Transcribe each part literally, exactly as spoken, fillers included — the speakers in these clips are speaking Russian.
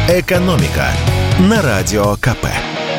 «Экономика» на Радио КП.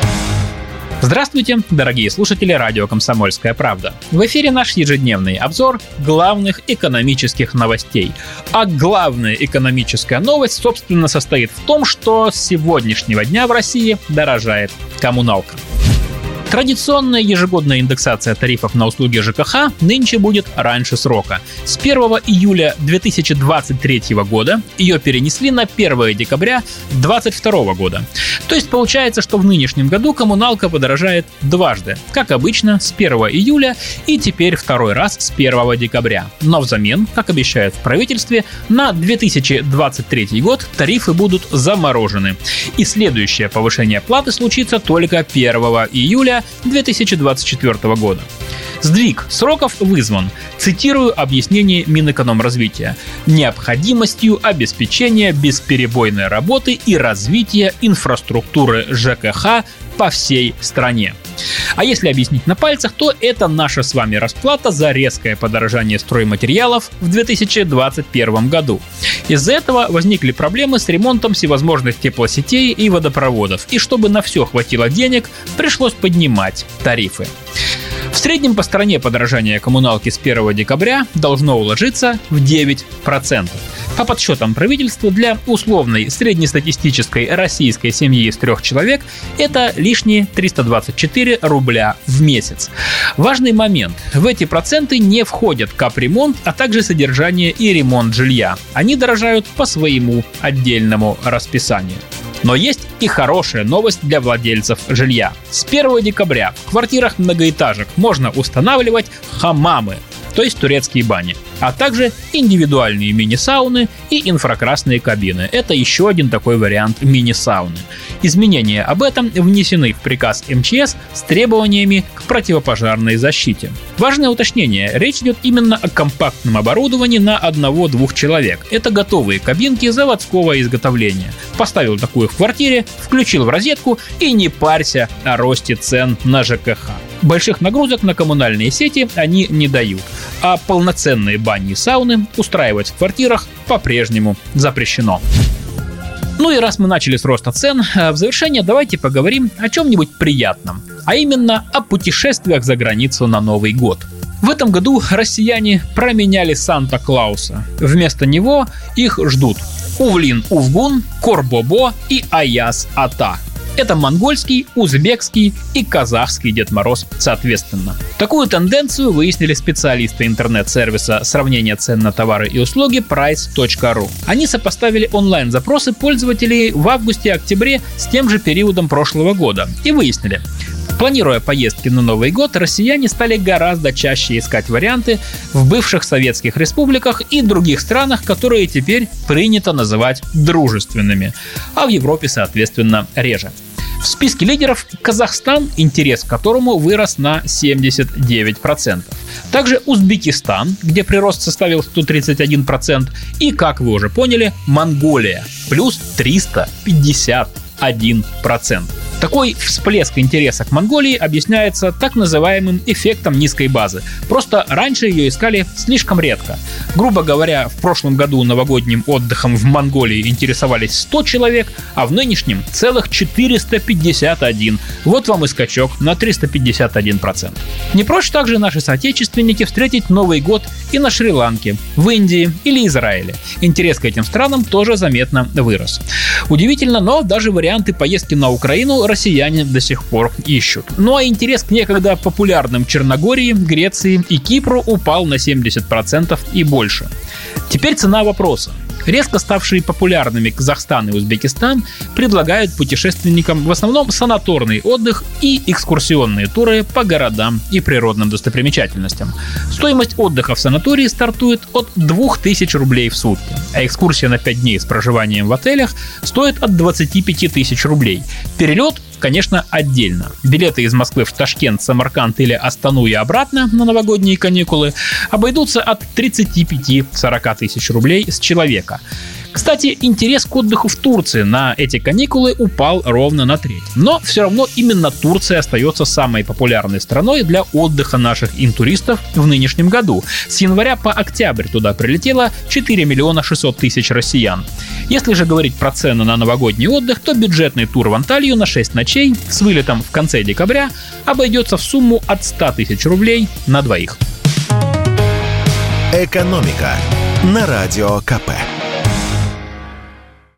Здравствуйте, дорогие слушатели радио «Комсомольская правда». В эфире наш ежедневный обзор главных экономических новостей. А главная экономическая новость, собственно, состоит в том, что с сегодняшнего дня в России дорожает коммуналка. Традиционная ежегодная индексация тарифов на услуги ЖКХ нынче будет раньше срока. С первого июля две тысячи двадцать третьего года ее перенесли на первое декабря две тысячи двадцать второго года. То есть получается, что в нынешнем году коммуналка подорожает дважды. Как обычно, с первого июля и теперь второй раз с первого декабря. Но взамен, как обещают в правительстве, на две тысячи двадцать третий год тарифы будут заморожены. И следующее повышение платы случится только первого июля две тысячи двадцать четвёртого года. Сдвиг сроков вызван, цитирую объяснение Минэкономразвития, необходимостью обеспечения бесперебойной работы и развития инфраструктуры ЖКХ по всей стране. А если объяснить на пальцах, то это наша с вами расплата за резкое подорожание стройматериалов в две тысячи двадцать первом году. Из-за этого возникли проблемы с ремонтом всевозможных теплосетей и водопроводов, и чтобы на все хватило денег, пришлось поднимать тарифы. В среднем по стране подорожание коммуналки с первого декабря должно уложиться в девять процентов. По подсчетам правительства, для условной среднестатистической российской семьи из трех человек это лишние триста двадцать четыре рубля в месяц. Важный момент. В эти проценты не входят капремонт, а также содержание и ремонт жилья. Они дорожают по своему отдельному расписанию. Но есть и хорошая новость для владельцев жилья. С первого декабря в квартирах многоэтажек можно устанавливать хамамы, то есть турецкие бани, а также индивидуальные мини-сауны и инфракрасные кабины. Это еще один такой вариант мини-сауны. Изменения об этом внесены в приказ эм че эс с требованиями к противопожарной защите. Важное уточнение. Речь идет именно о компактном оборудовании на одного-двух человек. Это готовые кабинки заводского изготовления. Поставил такую в квартире, включил в розетку и не парься о росте цен на ЖКХ. Больших нагрузок на коммунальные сети они не дают, а полноценные бани и сауны устраивать в квартирах по-прежнему запрещено. Ну и раз мы начали с роста цен, в завершение давайте поговорим о чем-нибудь приятном, а именно о путешествиях за границу на Новый год. В этом году россияне променяли Санта-Клауса. Вместо него их ждут Увлин-Увгун, Корбобо и Аяз-Ата. Это монгольский, узбекский и казахский Дед Мороз соответственно. Такую тенденцию выяснили специалисты интернет-сервиса сравнения цен на товары и услуги прайс точка ру. Они сопоставили онлайн-запросы пользователей в августе-октябре с тем же периодом прошлого года и выяснили: планируя поездки на Новый год, россияне стали гораздо чаще искать варианты в бывших советских республиках и других странах, которые теперь принято называть дружественными, а в Европе, соответственно, реже. В списке лидеров Казахстан, интерес к которому вырос на семьдесят девять процентов. Также Узбекистан, где прирост составил сто тридцать один процент. И, как вы уже поняли, Монголия, плюс триста пятьдесят один процент. Такой всплеск интереса к Монголии объясняется так называемым эффектом низкой базы. Просто раньше ее искали слишком редко. Грубо говоря, в прошлом году новогодним отдыхом в Монголии интересовались сто человек, а в нынешнем целых четыреста пятьдесят один. Вот вам и скачок на триста пятьдесят один процент. Не прочь также наши соотечественники встретить Новый год и на Шри-Ланке, в Индии или Израиле. Интерес к этим странам тоже заметно вырос. Удивительно, но даже варианты поездки на Украину россияне до сих пор ищут. Ну а интерес к некогда популярным Черногории, Греции и Кипру упал на семьдесят процентов и больше. Теперь цена вопроса. Резко ставшие популярными Казахстан и Узбекистан предлагают путешественникам в основном санаторный отдых и экскурсионные туры по городам и природным достопримечательностям. Стоимость отдыха в санатории стартует от двух тысяч рублей в сутки, а экскурсия на пять дней с проживанием в отелях стоит от двадцати пяти тысяч рублей. Перелет, конечно, отдельно. Билеты из Москвы в Ташкент, Самарканд или Астану и обратно на новогодние каникулы обойдутся от тридцати пяти до сорока тысяч рублей с человека. Кстати, интерес к отдыху в Турции на эти каникулы упал ровно на треть. Но все равно именно Турция остается самой популярной страной для отдыха наших интуристов в нынешнем году. С января по октябрь туда прилетело четыре миллиона шестьсот тысяч россиян. Если же говорить про цены на новогодний отдых, то бюджетный тур в Анталию на шесть ночей с вылетом в конце декабря обойдется в сумму от ста тысяч рублей на двоих. «Экономика» на Радио ка пэ.